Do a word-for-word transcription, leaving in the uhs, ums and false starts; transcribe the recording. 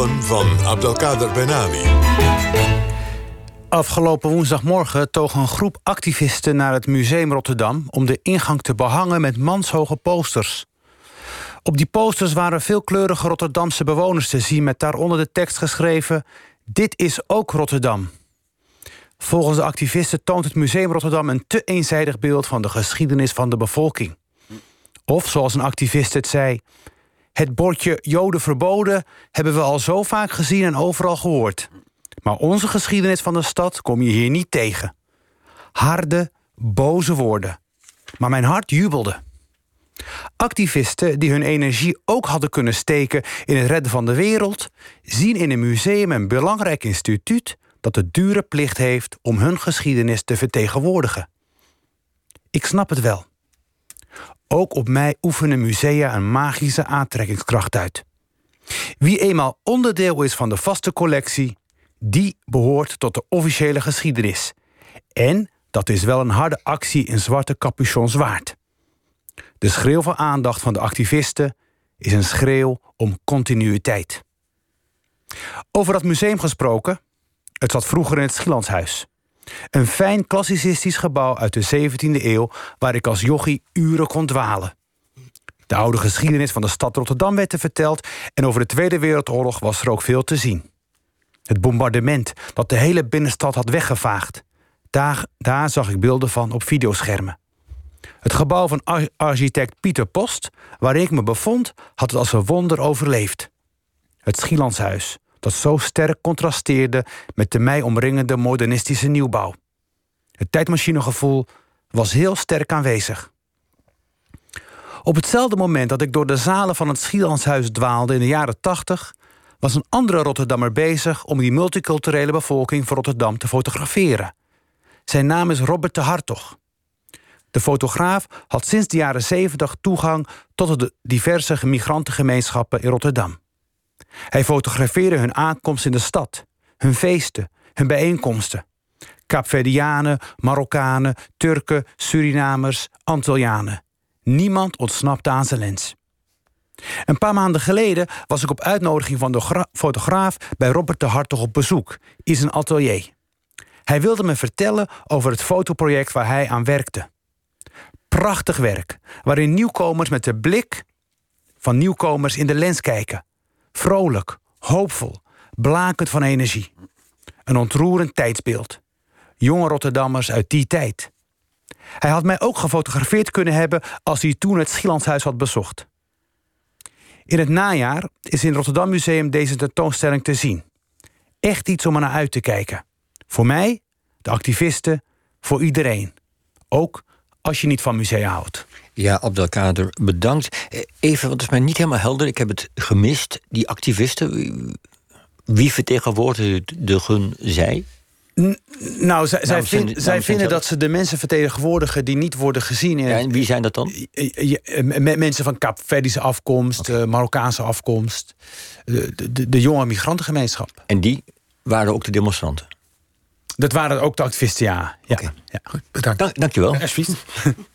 column van Abdelkader Benali. Afgelopen woensdagmorgen toog een groep activisten naar het Museum Rotterdam om de ingang te behangen met manshoge posters. Op die posters waren veelkleurige Rotterdamse bewoners te zien met daaronder de tekst geschreven: "Dit is ook Rotterdam." Volgens de activisten toont het Museum Rotterdam een te eenzijdig beeld van de geschiedenis van de bevolking. Of zoals een activist het zei: "Het bordje Joden verboden hebben we al zo vaak gezien en overal gehoord. Maar onze geschiedenis van de stad kom je hier niet tegen." Harde, boze woorden. Maar mijn hart jubelde. Activisten die hun energie ook hadden kunnen steken in het redden van de wereld, zien in een museum een belangrijk instituut dat de dure plicht heeft om hun geschiedenis te vertegenwoordigen. Ik snap het wel. Ook op mij oefenen musea een magische aantrekkingskracht uit. Wie eenmaal onderdeel is van de vaste collectie, die behoort tot de officiële geschiedenis. En dat is wel een harde actie in zwarte capuchons waard. De schreeuw van aandacht van de activisten is een schreeuw om continuïteit. Over dat museum gesproken, het zat vroeger in het Schielandshuis. Een fijn klassicistisch gebouw uit de zeventiende eeuw waar ik als jochie uren kon dwalen. De oude geschiedenis van de stad Rotterdam werd er verteld en over de Tweede Wereldoorlog was er ook veel te zien. Het bombardement dat de hele binnenstad had weggevaagd. Daar, daar zag ik beelden van op videoschermen. Het gebouw van ar- architect Pieter Post, waar ik me bevond, had het als een wonder overleefd. Het Schielandshuis, dat zo sterk contrasteerde met de mij omringende modernistische nieuwbouw. Het tijdmachinegevoel was heel sterk aanwezig. Op hetzelfde moment dat ik door de zalen van het Schielandshuis dwaalde in de jaren tachtig, was een andere Rotterdammer bezig om die multiculturele bevolking van Rotterdam te fotograferen. Zijn naam is Robert de Hartog. De fotograaf had sinds de jaren zeventig toegang tot de diverse migrantengemeenschappen in Rotterdam. Hij fotografeerde hun aankomst in de stad, hun feesten, hun bijeenkomsten. Kaapverdianen, Marokkanen, Turken, Surinamers, Antillianen. Niemand ontsnapte aan zijn lens. Een paar maanden geleden was ik op uitnodiging van de gra- fotograaf bij Robert de Hartog op bezoek in zijn atelier. Hij wilde me vertellen over het fotoproject waar hij aan werkte. Prachtig werk, waarin nieuwkomers met de blik van nieuwkomers in de lens kijken. Vrolijk, hoopvol, blakend van energie. Een ontroerend tijdsbeeld. Jonge Rotterdammers uit die tijd. Hij had mij ook gefotografeerd kunnen hebben als hij toen het Schielandshuis had bezocht. In het najaar is in het Rotterdam Museum deze tentoonstelling te zien. Echt iets om er naar uit te kijken. Voor mij, de activisten, voor iedereen. Ook als je niet van musea houdt. Ja, Abdelkader, bedankt. Even, want het is mij niet helemaal helder. Ik heb het gemist. Die activisten, wie vertegenwoordigen zij? N- nou, zij, zij, vind, zijn, zij vinden zelf. dat ze de mensen vertegenwoordigen die niet worden gezien. In Ja, het, en wie zijn dat dan? Met mensen van Kaapverdische afkomst, okay. uh, Marokkaanse afkomst. De, de, de jonge migrantengemeenschap. En die waren ook de demonstranten? Dat waren ook de activisten, ja. ja. Okay. ja. Goed, bedankt. Dank, dankjewel. Alsjeblieft.